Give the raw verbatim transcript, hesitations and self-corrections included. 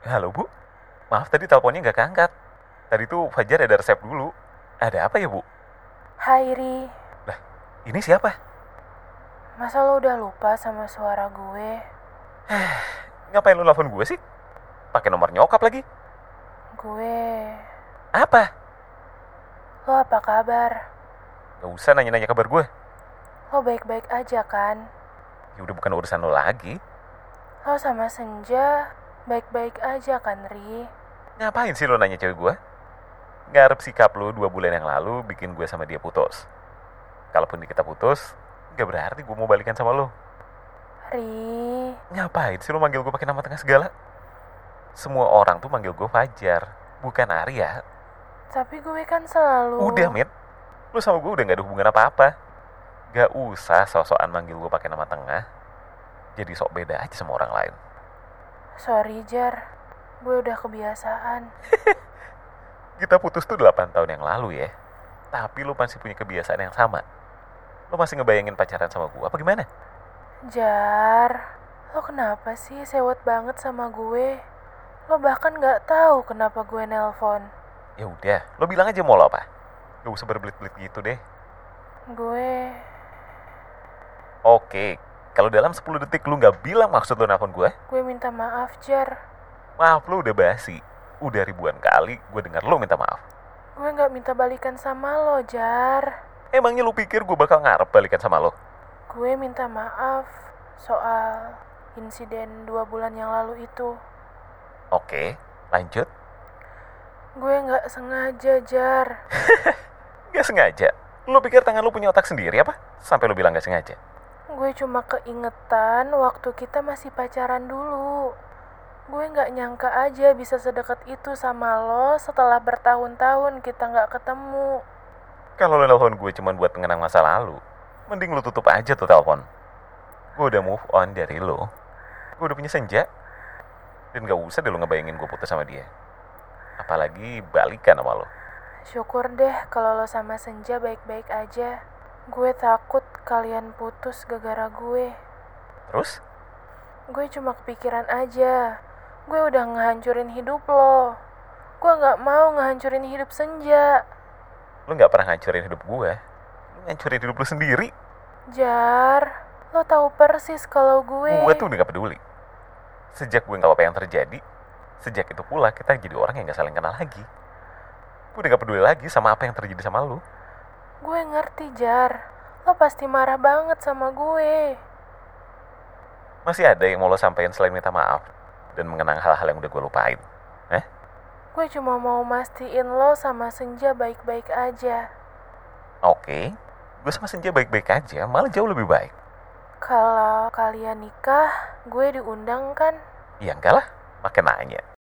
Halo Bu, maaf tadi teleponnya nggak keangkat. Tadi tuh Fajar ada resep dulu. Ada apa ya Bu? Hai Ri, Lah, ini siapa? masa lo udah lupa sama suara gue? Ngapain lu nelfon gue sih? Pakai nomor nyokap lagi. Gue, Apa? lo apa kabar? Gak usah nanya-nanya kabar gue. Lo baik-baik aja kan? Ya udah bukan urusan lo lagi. Lo sama Senja baik-baik aja kan Ri? Ngapain sih lo nanya cewek gue? Garap sikap lo dua bulan yang lalu bikin gue sama dia putus. Kalaupun kita putus, gak berarti gue mau balikan sama lo. Ri, Ngapain sih lo manggil gue pakai nama tengah segala? Semua orang tuh manggil gue Fajar, bukan Arya. tapi gue kan selalu... Udah, Mit. Lu sama gue udah gak ada hubungan apa-apa. Gak usah sok-sokan manggil gue pakai nama tengah. Jadi sok beda aja sama orang lain. Sorry Jar, gue udah kebiasaan. Kita putus tuh delapan tahun yang lalu ya. Tapi lu masih punya kebiasaan yang sama. Lu masih ngebayangin pacaran sama gue apa gimana? Jar, lo kenapa sih sewot banget sama gue? Lo bahkan gak tahu kenapa gue nelpon. Ya udah, lu bilang aja mau lo apa. Gak usah berbelit-belit gitu deh. Gue... Oke, kalau dalam sepuluh detik lu gak bilang maksud lu nelfon gue, Gue minta maaf Jar. maaf lu udah basi. Udah ribuan kali gue dengar lu minta maaf. Gue gak minta balikan sama lo, Jar. Emangnya lu pikir gue bakal ngarep balikan sama lo? Gue minta maaf soal insiden dua bulan yang lalu itu. Oke, lanjut. Gue gak sengaja, Jar. Gak sengaja? Lu pikir tangan lu punya otak sendiri apa? Sampai lu bilang gak sengaja? Gue cuma keingetan waktu kita masih pacaran dulu. Gue gak nyangka aja bisa sedekat itu sama lo setelah bertahun-tahun kita gak ketemu. Kalau lu nelfon gue cuma buat mengenang masa lalu, mending lu tutup aja tuh telepon. Gue udah move on dari lo. Gue udah punya Senja. Dan gak usah deh lu ngebayangin gue putus sama dia. Apalagi balikan sama lo. Syukur deh kalau lo sama Senja baik-baik aja. Gue takut kalian putus gara-gara gue. Terus? Gue cuma kepikiran aja. Gue udah ngehancurin hidup lo. Gue gak mau ngehancurin hidup Senja. Lu gak pernah ngancurin hidup gue. Lu ngancurin hidup lu sendiri. Jar, lo tahu persis kalau gue... Gue tuh udah gak peduli. Sejak gue gak apa-apa yang terjadi, sejak itu pula kita jadi orang yang gak saling kenal lagi. Gue udah gak peduli lagi sama apa yang terjadi sama lu. Gue ngerti, Jar. Lo pasti marah banget sama gue. Masih ada yang mau lo sampein selain minta maaf dan mengenang hal-hal yang udah gue lupain? Eh? Gue cuma mau mastiin lo sama Senja baik-baik aja. Oke, gue sama Senja baik-baik aja, malah jauh lebih baik. Kalau kalian nikah, gue diundang kan? Ya enggak lah, makin nanya.